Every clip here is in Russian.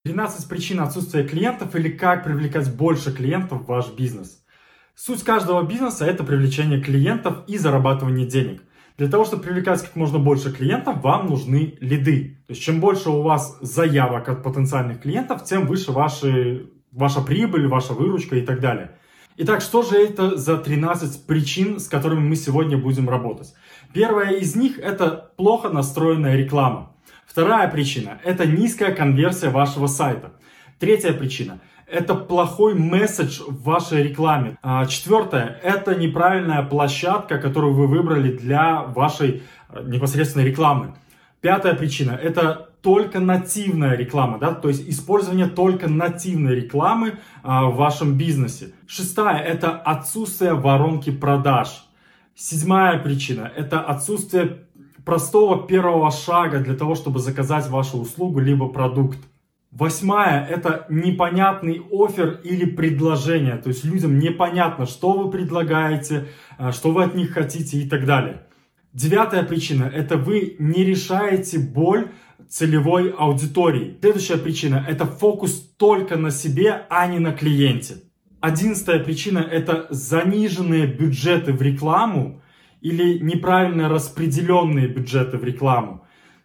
13 причин отсутствия клиентов или как привлекать больше клиентов в ваш бизнес. Суть каждого бизнеса – это привлечение клиентов и зарабатывание денег. Для того, чтобы привлекать как можно больше клиентов, вам нужны лиды. То есть, чем больше у вас заявок от потенциальных клиентов, тем выше ваша прибыль, ваша выручка и так далее. Итак, что же это за 13 причин, с которыми мы сегодня будем работать? Первая из них – это плохо настроенная реклама. Вторая причина – это низкая конверсия вашего сайта. Третья причина – это плохой месседж в вашей рекламе. Четвертое – это неправильная площадка, которую вы выбрали для вашей непосредственной рекламы. Пятая причина – это только нативная реклама, да? То есть использование только нативной рекламы в вашем бизнесе. Шестая – это отсутствие воронки продаж. Седьмая причина – это отсутствие простого первого шага для того, чтобы заказать вашу услугу либо продукт. Восьмая – это непонятный оффер или предложение. То есть людям непонятно, что вы предлагаете, что вы от них хотите и так далее. Девятая причина – это вы не решаете боль целевой аудитории. Следующая причина – это фокус только на себе, а не на клиенте. Одиннадцатая причина – это заниженные бюджеты в рекламу или неправильно распределенные бюджеты в рекламу.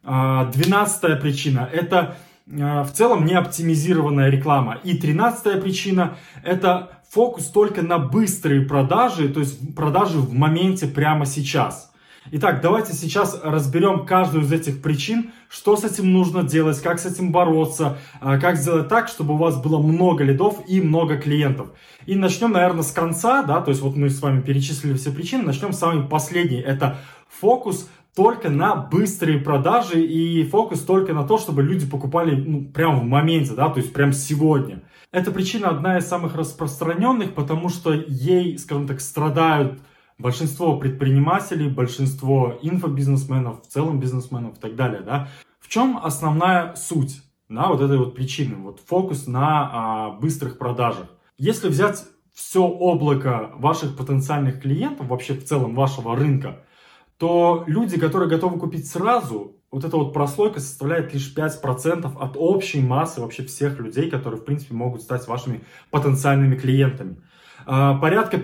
12-я причина – это в целом не оптимизированная реклама. И 13-я причина – это фокус только на быстрые продажи, то есть продажи в моменте прямо сейчас. Итак, давайте сейчас разберем каждую из этих причин, что с этим нужно делать, как с этим бороться, как сделать так, чтобы у вас было много лидов и много клиентов. И начнем, наверное, с конца, да, то есть вот мы с вами перечислили все причины, начнем с самой последней. Это фокус только на быстрые продажи и фокус только на то, чтобы люди покупали прямо в моменте, да, то есть прямо сегодня. Эта причина одна из самых распространенных, потому что ей, скажем так, страдают большинство предпринимателей, большинство инфобизнесменов, в целом бизнесменов и так далее. Да? В чем основная суть вот этой вот причины? Вот фокус на быстрых продажах. Если взять все облако ваших потенциальных клиентов, вообще в целом вашего рынка, то люди, которые готовы купить сразу, вот эта вот прослойка составляет лишь 5% от общей массы вообще всех людей, которые в принципе могут стать вашими потенциальными клиентами. Порядка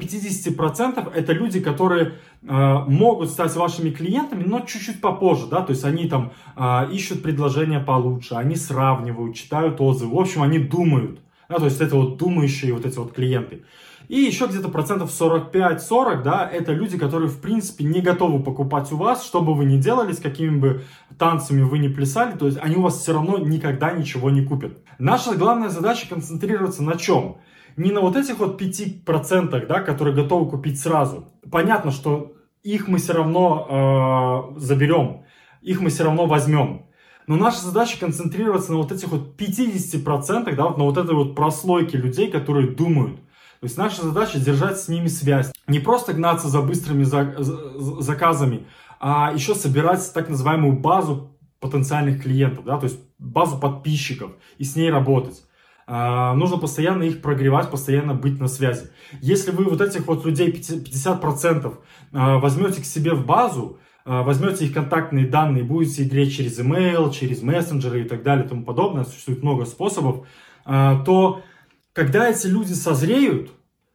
50% это люди, которые могут стать вашими клиентами, но чуть-чуть попозже, да, то есть они там ищут предложения получше, они сравнивают, читают отзывы, в общем, они думают, да, то есть это вот думающие вот эти вот клиенты. И еще где-то процентов 45-40, да, это люди, которые в принципе не готовы покупать у вас, что бы вы ни делали, с какими бы танцами вы ни плясали, то есть они у вас все равно никогда ничего не купят. Наша главная задача концентрироваться на чем? Не на вот этих вот 5%, да, которые готовы купить сразу. Понятно, что их мы все равно заберем, их мы все равно возьмем. Но наша задача концентрироваться на вот этих вот 50%, да, вот на вот этой вот прослойке людей, которые думают. То есть наша задача держать с ними связь. Не просто гнаться за быстрыми заказами, а еще собирать так называемую базу потенциальных клиентов, да, то есть базу подписчиков и с ней работать. Нужно постоянно их прогревать, постоянно быть на связи. Если вы вот этих вот людей 50% возьмете к себе в базу, возьмете их контактные данные, будете играть через email, через мессенджеры и так далее и тому подобное, существует много способов, то когда эти люди созреют,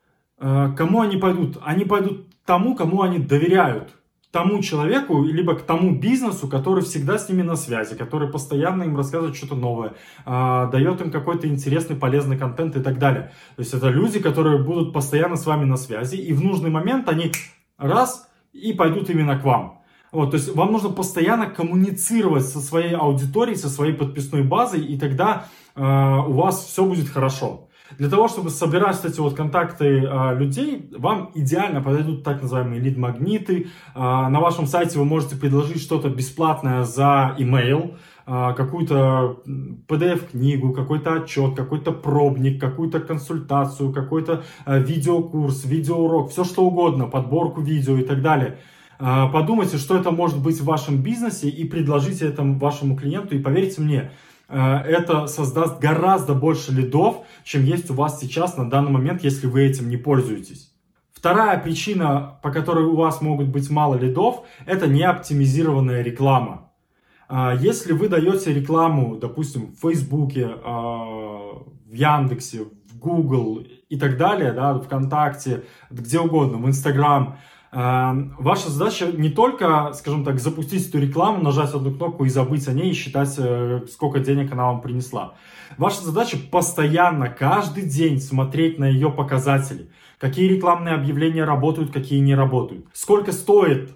кому они пойдут? Они пойдут тому, кому они доверяют. Тому человеку, либо к тому бизнесу, который всегда с ними на связи, который постоянно им рассказывает что-то новое, дает им какой-то интересный, полезный контент и так далее. То есть это люди, которые будут постоянно с вами на связи, и в нужный момент они раз и пойдут именно к вам. Вот, то есть вам нужно постоянно коммуницировать со своей аудиторией, со своей подписной базой, и тогда у вас все будет хорошо. Для того, чтобы собирать эти вот контакты людей, вам идеально подойдут так называемые лид-магниты. На вашем сайте вы можете предложить что-то бесплатное за email, какую-то PDF-книгу, какой-то отчет, какой-то пробник, какую-то консультацию, какой-то видеокурс, видеоурок, все что угодно, подборку видео и так далее. Подумайте, что это может быть в вашем бизнесе и предложите это вашему клиенту, и поверьте мне, это создаст гораздо больше лидов, чем есть у вас сейчас на данный момент, если вы этим не пользуетесь. Вторая причина, по которой у вас могут быть мало лидов, это неоптимизированная реклама. Если вы даете рекламу, допустим, в Фейсбуке, в Яндексе, в Google и так далее, да, ВКонтакте, где угодно, в Инстаграм, ваша задача не только, скажем так, запустить эту рекламу, нажать одну кнопку и забыть о ней и считать, сколько денег она вам принесла. Ваша задача постоянно, каждый день смотреть на ее показатели. Какие рекламные объявления работают, какие не работают. Сколько стоит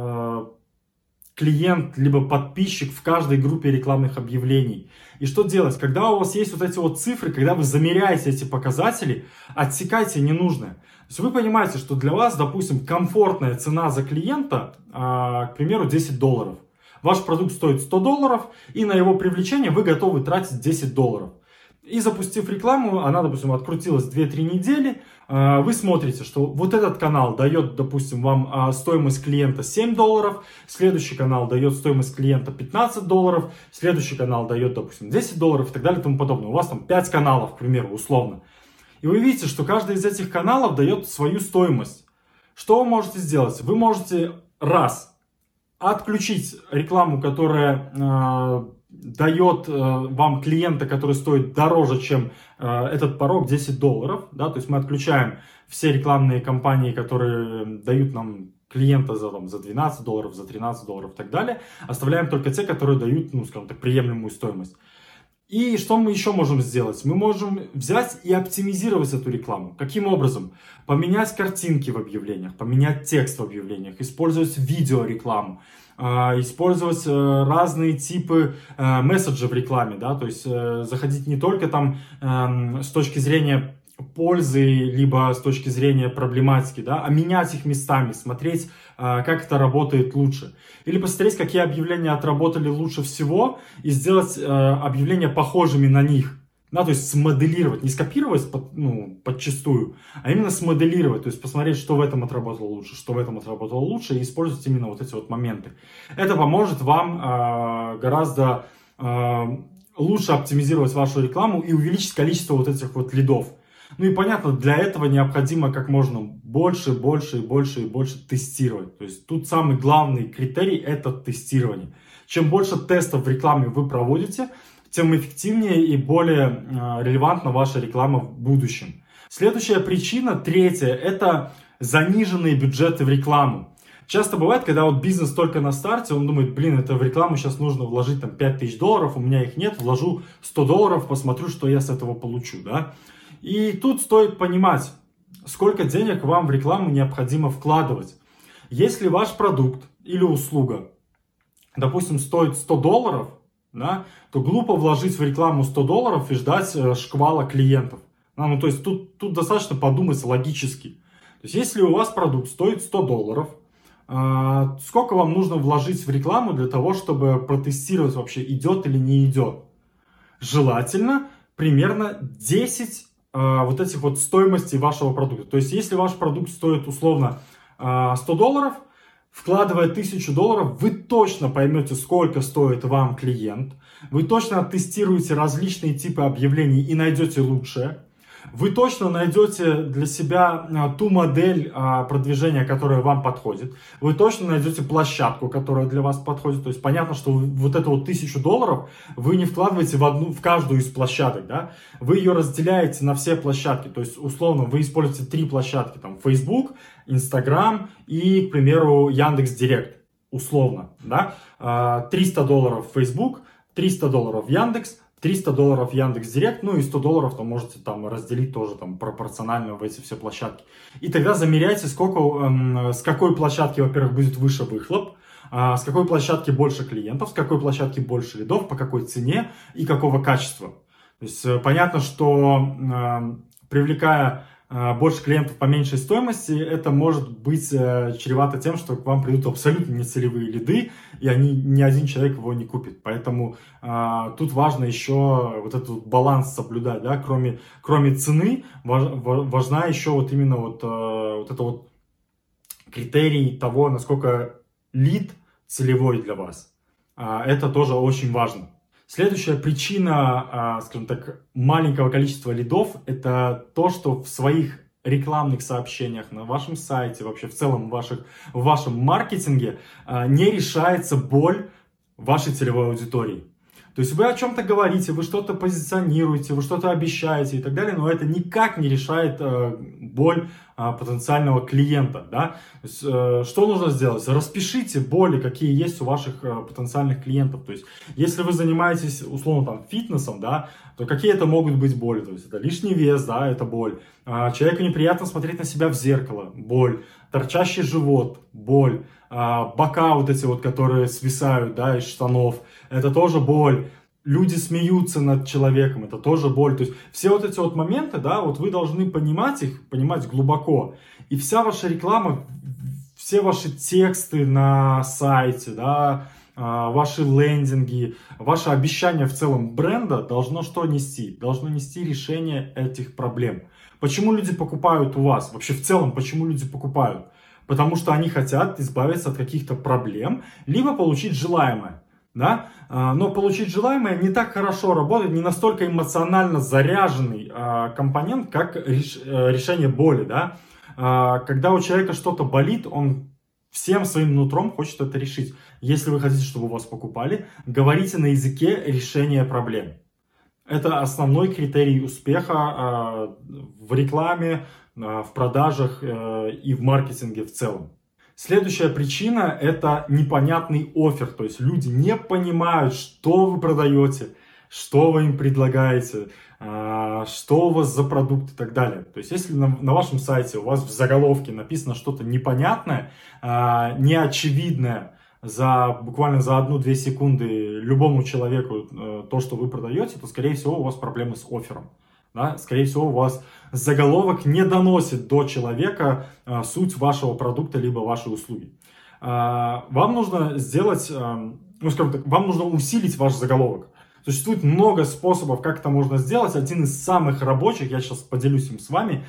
клиент, либо подписчик в каждой группе рекламных объявлений. И что делать? Когда у вас есть вот эти вот цифры, когда вы замеряете эти показатели, отсекайте ненужное. То есть вы понимаете, что для вас, допустим, комфортная цена за клиента, к примеру, $10. Ваш продукт стоит $100, и на его привлечение вы готовы тратить $10. И запустив рекламу, она, допустим, открутилась 2-3 недели, вы смотрите, что вот этот канал дает, допустим, вам стоимость клиента $7, следующий канал дает стоимость клиента $15, следующий канал дает, допустим, $10 и так далее и тому подобное. У вас там 5 каналов, к примеру, условно. И вы видите, что каждый из этих каналов дает свою стоимость. Что вы можете сделать? Вы можете, отключить рекламу, которая дает вам клиента, который стоит дороже, чем этот порог, $10, да, то есть мы отключаем все рекламные кампании, которые дают нам клиента за $12, за $13 и так далее, оставляем только те, которые дают, ну, скажем так, приемлемую стоимость. И что мы еще можем сделать? Мы можем взять и оптимизировать эту рекламу. Каким образом? Поменять картинки в объявлениях, поменять текст в объявлениях, использовать видеорекламу, использовать разные типы месседжей в рекламе, да, то есть заходить не только там с точки зрения пользы, либо с точки зрения проблематики, да, а менять их местами, смотреть, как это работает лучше. Или посмотреть, какие объявления отработали лучше всего, и сделать объявления похожими на них. Да, то есть смоделировать, не скопировать подчистую, а именно смоделировать, то есть посмотреть, что в этом отработало лучше, что в этом отработало лучше, и использовать именно вот эти вот моменты. Это поможет вам гораздо лучше оптимизировать вашу рекламу и увеличить количество вот этих вот лидов. Ну и понятно, для этого необходимо как можно больше тестировать. То есть тут самый главный критерий — это тестирование. Чем больше тестов в рекламе вы проводите, тем эффективнее и более релевантна ваша реклама в будущем. Следующая причина, третья, это заниженные бюджеты в рекламу. Часто бывает, когда вот бизнес только на старте, он думает, блин, это в рекламу сейчас нужно вложить там $5000, у меня их нет, вложу $100, посмотрю, что я с этого получу, да. И тут стоит понимать, сколько денег вам в рекламу необходимо вкладывать. Если ваш продукт или услуга, допустим, стоит $100, да, то глупо вложить в рекламу $100 и ждать шквала клиентов. Ну, то есть тут достаточно подумать логически. То есть если у вас продукт стоит $100, сколько вам нужно вложить в рекламу для того, чтобы протестировать вообще, идет или не идет? Желательно примерно 10 вот этих вот стоимостей вашего продукта. То есть если ваш продукт стоит условно $100, вкладывая $1000, вы точно поймете, сколько стоит вам клиент. Вы точно оттестируете различные типы объявлений и найдете лучшее. Вы точно найдете для себя ту модель продвижения, которая вам подходит. Вы точно найдете площадку, которая для вас подходит. То есть понятно, что вот это вот $1000 вы не вкладываете в каждую из площадок, да? Вы ее разделяете на все площадки. То есть условно вы используете 3 площадки, там Facebook, Instagram и, к примеру, Яндекс.Директ. Условно, да? $300 Facebook, $300 Яндекс, $300 Яндекс.Директ, ну и $100 то можете там разделить тоже там пропорционально в эти все площадки. И тогда замеряйте, с какой площадки, во-первых, будет выше выхлоп, с какой площадки больше клиентов, с какой площадки больше лидов, по какой цене и какого качества. То есть понятно, что привлекая больше клиентов по меньшей стоимости, это может быть чревато тем, что к вам придут абсолютно нецелевые лиды, и ни один человек его не купит. Поэтому тут важно еще вот этот баланс соблюдать, да? Кроме цены, важна еще вот именно вот это вот критерий того, насколько лид целевой для вас. Это тоже очень важно. Следующая причина, скажем так, маленького количества лидов — это то, что в своих рекламных сообщениях на вашем сайте, вообще в целом в вашем маркетинге не решается боль вашей целевой аудитории. То есть вы о чем-то говорите, вы что-то позиционируете, вы что-то обещаете и так далее, но это никак не решает боль потенциального клиента. Да? То есть, что нужно сделать? Распишите боли, какие есть у ваших потенциальных клиентов. То есть, если вы занимаетесь, условно, там, фитнесом, да, то какие это могут быть боли? То есть, это лишний вес, да, это боль. Человеку неприятно смотреть на себя в зеркало, боль. Торчащий живот, боль. Бока вот эти вот, которые свисают, да, из штанов, это тоже боль. Люди смеются над человеком, это тоже боль. То есть все вот эти вот моменты, да, вот вы должны понимать их, понимать глубоко. И вся ваша реклама, все ваши тексты на сайте, да, ваши лендинги, ваше обещание в целом бренда должно что нести? Должно нести решение этих проблем. Почему люди покупают у вас? Вообще в целом, почему люди покупают? Потому что они хотят избавиться от каких-то проблем, либо получить желаемое. Да? Но получить желаемое не так хорошо работает, не настолько эмоционально заряженный компонент, как решение боли. Да? Когда у человека что-то болит, он всем своим нутром хочет это решить. Если вы хотите, чтобы вас покупали, говорите на языке решения проблем. Это основной критерий успеха в рекламе, в продажах и в маркетинге в целом. Следующая причина – это непонятный оффер. То есть люди не понимают, что вы продаете, что вы им предлагаете, что у вас за продукт и так далее. То есть если на вашем сайте у вас в заголовке написано что-то непонятное, неочевидное, буквально за 1-2 секунды любому человеку то, что вы продаете, то, скорее всего, у вас проблемы с оффером. Да? Скорее всего, у вас заголовок не доносит до человека суть вашего продукта либо вашей услуги. Вам нужно сделать, скажем так, вам нужно усилить ваш заголовок. Существует много способов, как это можно сделать. Один из самых рабочих, я сейчас поделюсь им с вами,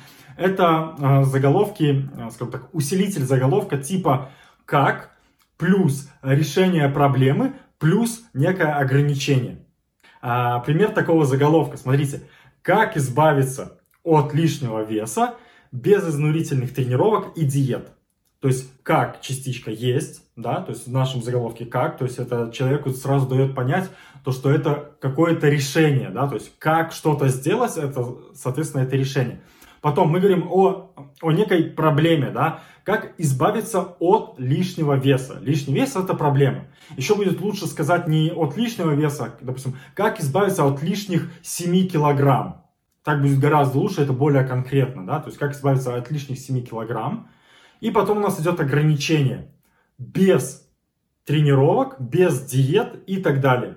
это заголовки, скажем так, усилитель заголовка типа «как» плюс решение проблемы плюс некое ограничение. Пример такого заголовка, смотрите. Как избавиться от лишнего веса без изнурительных тренировок и диет. То есть, как частичка есть, да, то есть в нашем заголовке как, то есть это человеку сразу дает понять, то, что это какое-то решение, да, то есть как что-то сделать, это, соответственно, это решение. Потом мы говорим о некой проблеме, да, как избавиться от лишнего веса. Лишний вес – это проблема. Еще будет лучше сказать не от лишнего веса, допустим, как избавиться от лишних 7 килограмм. Так будет гораздо лучше, это более конкретно, да, то есть как избавиться от лишних 7 килограмм. И потом у нас идет ограничение без тренировок, без диет и так далее.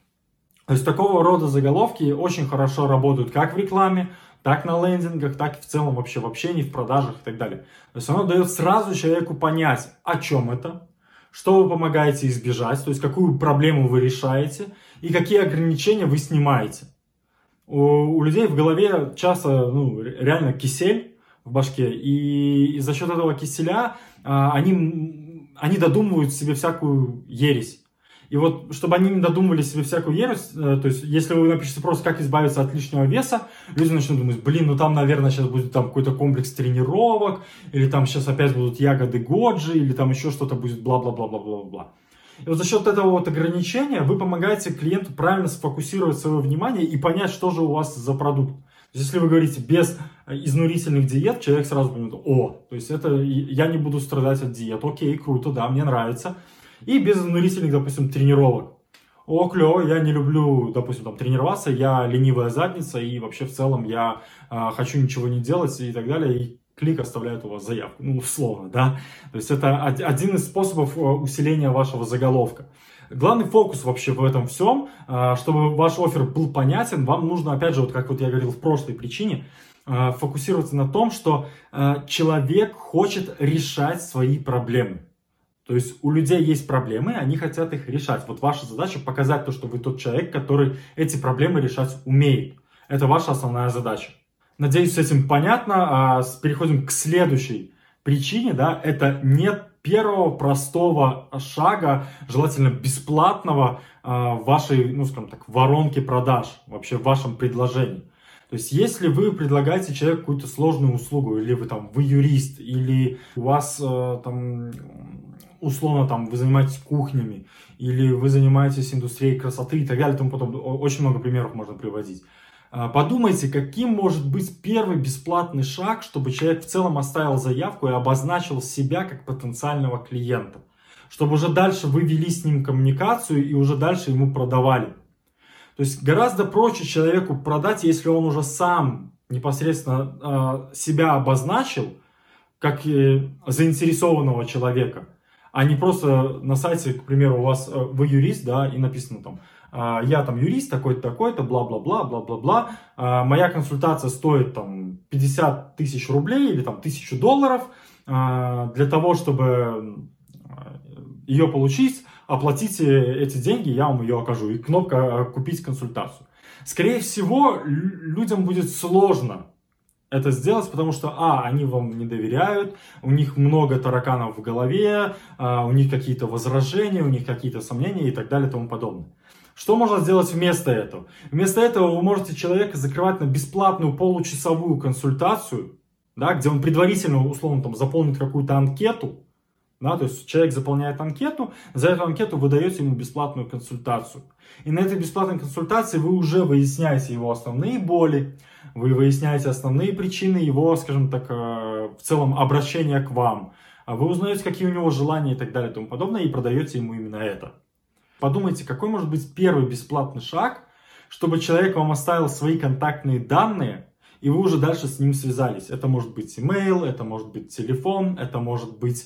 То есть такого рода заголовки очень хорошо работают как в рекламе, так на лендингах, так и в целом вообще в общении, в продажах и так далее. То есть оно дает сразу человеку понять, о чем это, что вы помогаете избежать, то есть какую проблему вы решаете и какие ограничения вы снимаете. У людей в голове часто реально кисель в башке, и за счет этого киселя они додумывают себе всякую ересь. И вот, чтобы они не додумывали себе всякую ересь, то есть, если вы напишите просто, как избавиться от лишнего веса, люди начнут думать, блин, там, наверное, сейчас будет там какой-то комплекс тренировок, или там сейчас опять будут ягоды Годжи, или там еще что-то будет бла-бла-бла-бла-бла-бла. И вот за счет этого вот ограничения вы помогаете клиенту правильно сфокусировать свое внимание и понять, что же у вас за продукт. То есть, если вы говорите без изнурительных диет, человек сразу понимает, то есть это я не буду страдать от диет, окей, круто, да, мне нравится. И без изнурительных, допустим, тренировок. Клево, я не люблю, допустим, там, тренироваться, я ленивая задница, и вообще в целом я хочу ничего не делать и так далее. И клик оставляет у вас заявку, условно, да. То есть это один из способов усиления вашего заголовка. Главный фокус вообще в этом всем, чтобы ваш оффер был понятен, вам нужно, опять же, вот как вот я говорил в прошлой причине, фокусироваться на том, что человек хочет решать свои проблемы. То есть у людей есть проблемы, они хотят их решать. Вот ваша задача показать то, что вы тот человек, который эти проблемы решать умеет. Это ваша основная задача. Надеюсь, с этим понятно. Переходим к следующей причине. Да? Это нет первого простого шага, желательно бесплатного, в вашей, скажем так, воронке продаж, вообще в вашем предложении. То есть, если вы предлагаете человеку какую-то сложную услугу, или вы юрист, или у вас условно вы занимаетесь кухнями, или вы занимаетесь индустрией красоты и так далее, и тому подобное. Очень много примеров можно приводить. Подумайте, каким может быть первый бесплатный шаг, чтобы человек в целом оставил заявку и обозначил себя как потенциального клиента. Чтобы уже дальше вы вели с ним коммуникацию и уже дальше ему продавали. То есть гораздо проще человеку продать, если он уже сам непосредственно себя обозначил как заинтересованного человека, а не просто на сайте, к примеру, у вас вы юрист, да, и написано я юрист, такой-то, такой-то, бла-бла-бла, бла-бла-бла. Моя консультация стоит 50 тысяч рублей или $1000. Для того, чтобы ее получить, оплатите эти деньги, я вам ее окажу. И кнопка «Купить консультацию». Скорее всего, людям будет сложно это сделать, потому что, они вам не доверяют, у них много тараканов в голове, у них какие-то возражения, у них какие-то сомнения и так далее и тому подобное. Что можно сделать вместо этого? Вместо этого вы можете человека закрывать на бесплатную получасовую консультацию, да, где он предварительно, условно, заполнит какую-то анкету. Да, то есть человек заполняет анкету, за эту анкету вы даете ему бесплатную консультацию. И на этой бесплатной консультации вы уже выясняете его основные боли, вы выясняете основные причины его, скажем так, в целом обращения к вам. Вы узнаете, какие у него желания и так далее и тому подобное, и продаете ему именно это. Подумайте, какой может быть первый бесплатный шаг, чтобы человек вам оставил свои контактные данные, и вы уже дальше с ним связались. Это может быть email, это может быть телефон, это может быть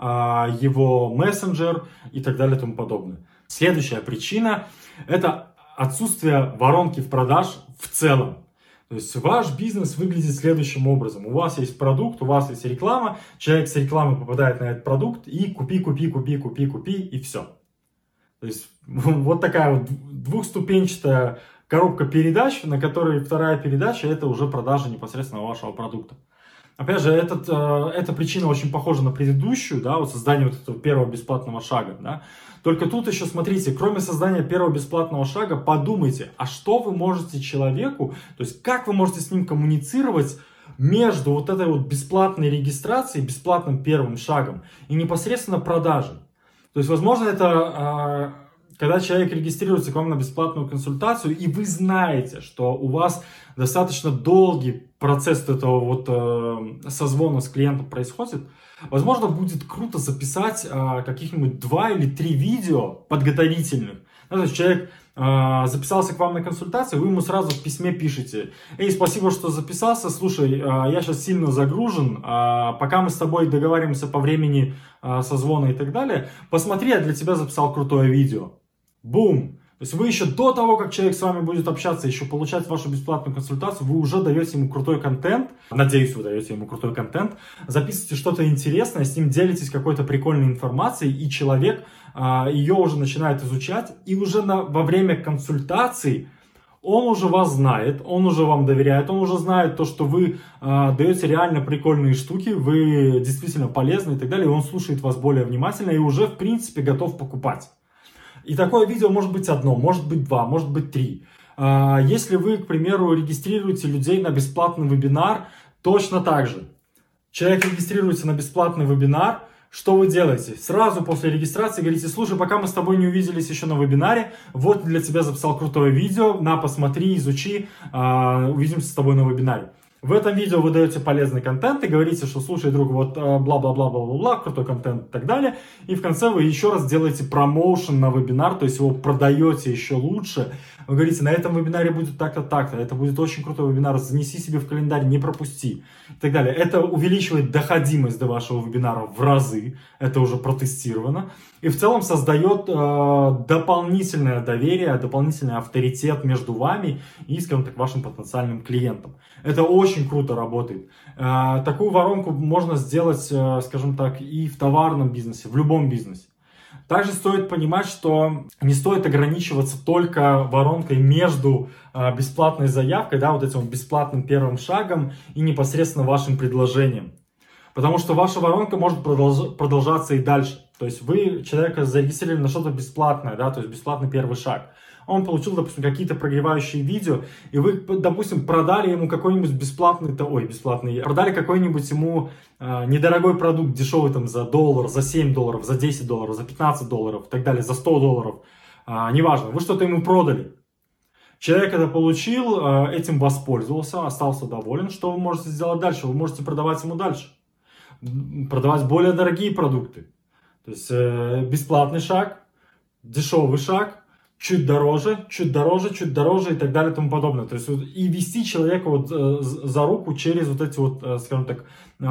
его мессенджер и так далее и тому подобное. Следующая причина – это отсутствие воронки в продаж в целом. То есть ваш бизнес выглядит следующим образом. У вас есть продукт, у вас есть реклама, человек с рекламы попадает на этот продукт и купи, и все. То есть вот такая двухступенчатая коробка передач, на которой вторая передача – это уже продажа непосредственно вашего продукта. Опять же, эта причина очень похожа на предыдущую, да, создание этого первого бесплатного шага. Да. Только тут еще, смотрите, кроме создания первого бесплатного шага, подумайте, а что вы можете человеку, то есть как вы можете с ним коммуницировать между этой бесплатной регистрацией, бесплатным первым шагом и непосредственно продажей. То есть, возможно, это когда человек регистрируется к вам на бесплатную консультацию, и вы знаете, что у вас достаточно долгий процесс этого созвона с клиентом происходит, возможно, будет круто записать каких-нибудь 2 или 3 видео подготовительных. То есть человек записался к вам на консультацию, вы ему сразу в письме пишете: «Эй, спасибо, что записался, слушай, я сейчас сильно загружен, пока мы с тобой договариваемся по времени созвона и так далее, посмотри, я для тебя записал крутое видео». Бум! То есть вы еще до того, как человек с вами будет общаться, еще получать вашу бесплатную консультацию, вы уже даете ему крутой контент, надеюсь, вы даете ему крутой контент, записываете что-то интересное, с ним делитесь какой-то прикольной информацией, и человек ее уже начинает изучать, и уже во время консультации он уже вас знает, он уже вам доверяет, он уже знает то, что вы даете реально прикольные штуки, вы действительно полезны и так далее, и он слушает вас более внимательно и уже, в принципе, готов покупать. И такое видео может быть 1, может быть 2, может быть 3. Если вы, к примеру, регистрируете людей на бесплатный вебинар, точно так же. Человек регистрируется на бесплатный вебинар, что вы делаете? Сразу после регистрации говорите: слушай, пока мы с тобой не увиделись еще на вебинаре, вот для тебя записал крутое видео, на, посмотри, изучи, увидимся с тобой на вебинаре. В этом видео вы даете полезный контент и говорите, что слушай, друг, бла-бла-бла-бла-бла, крутой контент и так далее. И в конце вы еще раз делаете промоушен на вебинар, то есть его продаете еще лучше. Вы говорите: на этом вебинаре будет так-то, так-то, это будет очень крутой вебинар, занеси себе в календарь, не пропусти и так далее. Это увеличивает доходимость до вашего вебинара в разы, это уже протестировано. И в целом создает дополнительное доверие, дополнительный авторитет между вами и, скажем так, вашим потенциальным клиентом. Это очень круто работает. Такую воронку можно сделать, скажем так, и в товарном бизнесе, в любом бизнесе. Также стоит понимать, что не стоит ограничиваться только воронкой между бесплатной заявкой, да, этим бесплатным первым шагом и непосредственно вашим предложением. Потому что ваша воронка может продолжаться и дальше. То есть вы человека зарегистрировали на что-то бесплатное, да, то есть бесплатный первый шаг. Он получил, допустим, какие-то прогревающие видео, и вы, допустим, продали ему какой-нибудь продали какой-нибудь ему недорогой продукт, дешевый там за $1, за $7, за $10, за $15 и так далее, за $100, неважно, вы что-то ему продали. Человек это получил, этим воспользовался, остался доволен. Что вы можете сделать дальше? Вы можете продавать ему дальше. Продавать более дорогие продукты. То есть бесплатный шаг, дешевый шаг, чуть дороже и так далее и тому подобное. То есть и вести человека вот за руку через вот эти вот, скажем так,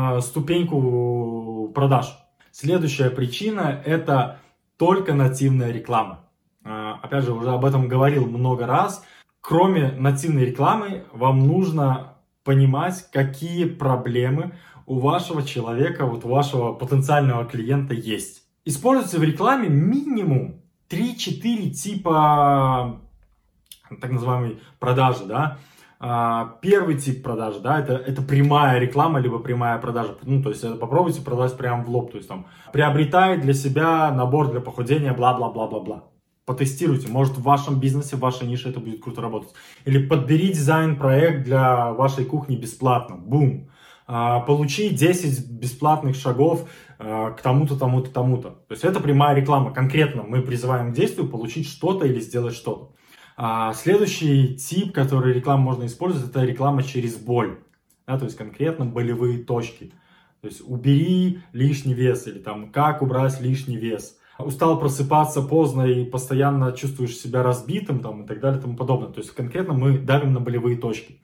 ступеньку продаж. Следующая причина — это только нативная реклама. Опять же, уже об этом говорил много раз. Кроме нативной рекламы, вам нужно понимать, какие проблемы у вашего человека, вот у вашего потенциального клиента есть. Используйте в рекламе минимум 3-4 типа так называемой продажи, да. Первый тип продажи, да, это прямая реклама, либо прямая продажа. Ну, то есть попробуйте продать прямо в лоб, то есть там приобретай для себя набор для похудения, бла-бла-бла-бла-бла. Потестируйте, может в вашем бизнесе, в вашей нише это будет круто работать. Или подбери дизайн-проект для вашей кухни бесплатно, бум. Получи 10 бесплатных шагов к тому-то, тому-то, тому-то. То есть это прямая реклама. Конкретно мы призываем к действию получить что-то или сделать что-то. Следующий тип, который рекламу можно использовать, это реклама через боль. Да, то есть конкретно болевые точки. То есть убери лишний вес или там как убрать лишний вес. Устал просыпаться поздно и постоянно чувствуешь себя разбитым там, и так далее и тому подобное. То есть конкретно мы давим на болевые точки.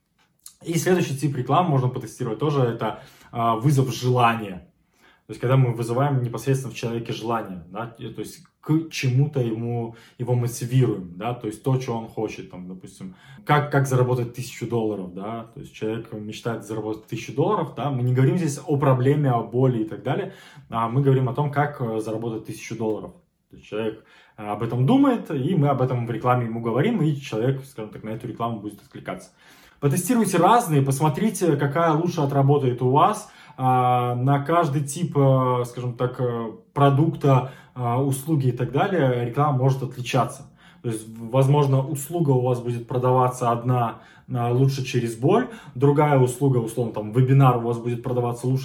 И следующий тип рекламы можно потестировать тоже, это вызов желания. То есть когда мы вызываем непосредственно в человеке желание, да, то есть к чему-то его мотивируем, да, то есть то, что он хочет, там, допустим, как заработать $1000, да, то есть человек мечтает заработать $1000, да, мы не говорим здесь о проблеме, о боли и так далее, а мы говорим о том, как заработать $1000. То есть человек об этом думает, и мы об этом в рекламе ему говорим, и человек, скажем так, на эту рекламу будет откликаться. Потестируйте разные, посмотрите, какая лучше отработает у вас. На каждый тип, скажем так, продукта, услуги и так далее реклама может отличаться. То есть, возможно, услуга у вас будет продаваться одна лучше через боль, другая услуга, условно, там, вебинар у вас будет продаваться лучше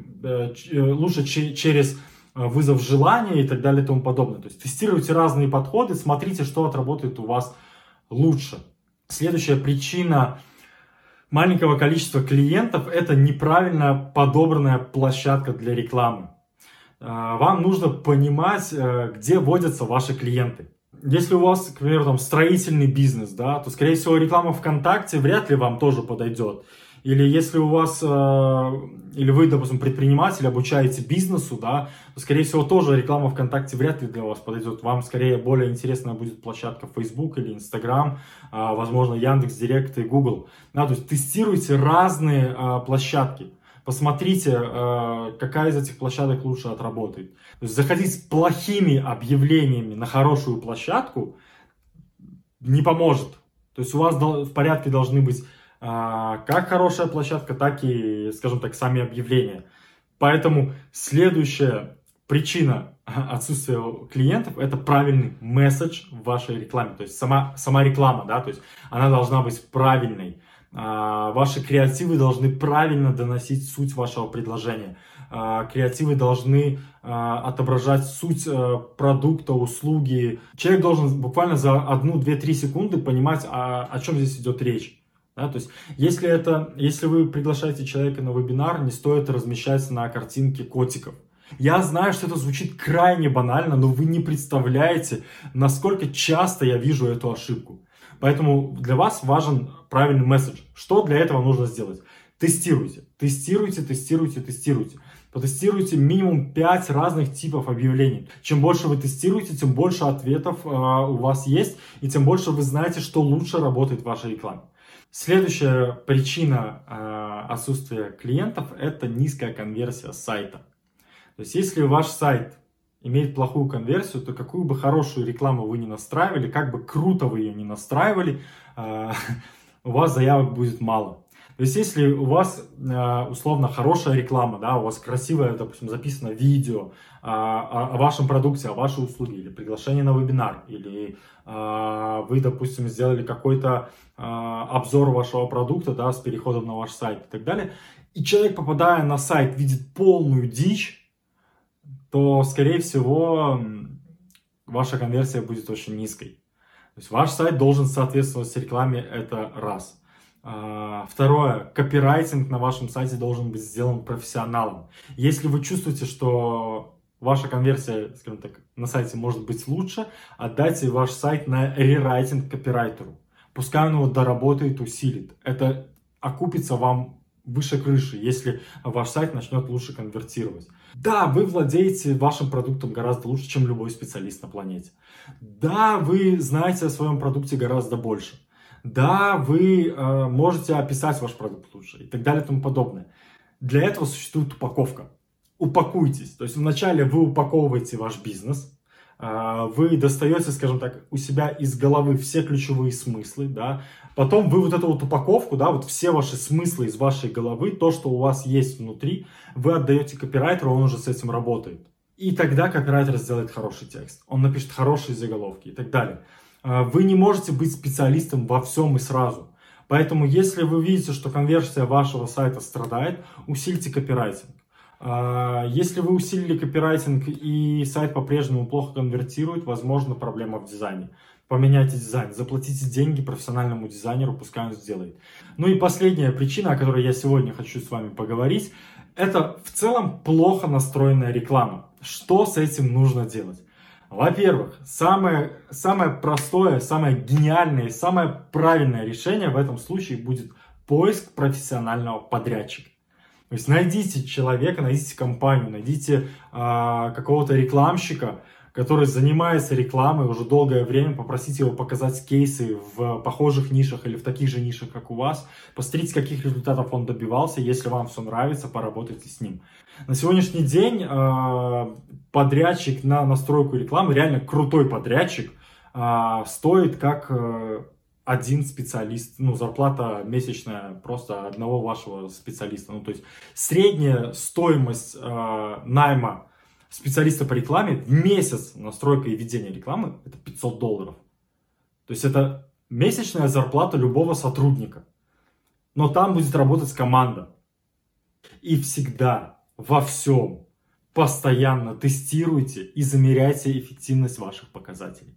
через вызов желания и так далее и тому подобное. То есть тестируйте разные подходы, смотрите, что отработает у вас лучше. Следующая причина маленького количества клиентов — это неправильно подобранная площадка для рекламы. Вам нужно понимать, где водятся ваши клиенты. Если у вас, к примеру, там строительный бизнес, да, то, скорее всего, реклама ВКонтакте вряд ли вам тоже подойдет. Или если у вас, или вы, допустим, предприниматель, обучаете бизнесу, да, то, скорее всего, тоже реклама ВКонтакте вряд ли для вас подойдет. Вам скорее более интересная будет площадка Facebook или Instagram, возможно, Яндекс.Директ и Google. Да, то есть тестируйте разные площадки. Посмотрите, какая из этих площадок лучше отработает. То есть заходить с плохими объявлениями на хорошую площадку не поможет. То есть у вас в порядке должны быть как хорошая площадка, так и, скажем так, сами объявления. Поэтому следующая причина отсутствия клиентов — это правильный месседж в вашей рекламе. То есть сама реклама, да, то есть она должна быть правильной. Ваши креативы должны правильно доносить суть вашего предложения. Креативы должны отображать суть продукта, услуги. Человек должен буквально за 1, 2, 3 секунды понимать, о чем здесь идет речь. Да, то есть, если вы приглашаете человека на вебинар, не стоит размещать на картинке котиков. Я знаю, что это звучит крайне банально, но вы не представляете, насколько часто я вижу эту ошибку. Поэтому для вас важен правильный месседж. Что для этого нужно сделать? Тестируйте. Потестируйте минимум 5 разных типов объявлений. Чем больше вы тестируете, тем больше ответов у вас есть, и тем больше вы знаете, что лучше работает в вашей рекламе. Следующая причина отсутствия клиентов — это низкая конверсия сайта. То есть если ваш сайт имеет плохую конверсию, то какую бы хорошую рекламу вы ни настраивали, как бы круто вы ее ни настраивали, у вас заявок будет мало. То есть, если у вас условно хорошая реклама, да, у вас красивое, допустим, записано видео о вашем продукте, о вашей услуге, или приглашение на вебинар, или вы, допустим, сделали какой-то обзор вашего продукта, да, с переходом на ваш сайт и так далее, и человек, попадая на сайт, видит полную дичь, то, скорее всего, ваша конверсия будет очень низкой. То есть ваш сайт должен соответствовать рекламе, это раз. Второе, копирайтинг на вашем сайте должен быть сделан профессионалом. Если вы чувствуете, что ваша конверсия, скажем так, на сайте может быть лучше, отдайте ваш сайт на рерайтинг копирайтеру. Пускай он его доработает, усилит. Это окупится вам выше крыши, если ваш сайт начнет лучше конвертировать. Да, вы владеете вашим продуктом гораздо лучше, чем любой специалист на планете. Да, вы знаете о своем продукте гораздо больше. Да, вы можете описать ваш продукт лучше и так далее и тому подобное. Для этого существует упаковка. Упакуйтесь. То есть вначале вы упаковываете ваш бизнес, вы достаете, скажем так, у себя из головы все ключевые смыслы, да, потом вы вот эту вот упаковку, да, вот все ваши смыслы из вашей головы, то, что у вас есть внутри, вы отдаете копирайтеру, он уже с этим работает. И тогда копирайтер сделает хороший текст, он напишет хорошие заголовки и так далее. Вы не можете быть специалистом во всем и сразу. Поэтому, если вы видите, что конверсия вашего сайта страдает, усильте копирайтинг. Если вы усилили копирайтинг и сайт по-прежнему плохо конвертирует, возможно, проблема в дизайне. Поменяйте дизайн, заплатите деньги профессиональному дизайнеру, пускай он сделает. Ну и последняя причина, о которой я сегодня хочу с вами поговорить, это в целом плохо настроенная реклама. Что с этим нужно делать? Во-первых, самое простое, самое гениальное и самое правильное решение в этом случае будет поиск профессионального подрядчика. То есть найдите человека, найдите компанию, найдите какого-то рекламщика, который занимается рекламой уже долгое время, попросите его показать кейсы в похожих нишах или в таких же нишах, как у вас. Посмотрите, каких результатов он добивался. Если вам все нравится, поработайте с ним. На сегодняшний день подрядчик на настройку рекламы, реально крутой подрядчик, стоит как один специалист, ну, зарплата месячная просто одного вашего специалиста. Ну, то есть средняя стоимость найма специалиста по рекламе в месяц настройка и ведение рекламы — это $500. То есть это месячная зарплата любого сотрудника. Но там будет работать команда. И всегда, во всем, постоянно тестируйте и замеряйте эффективность ваших показателей.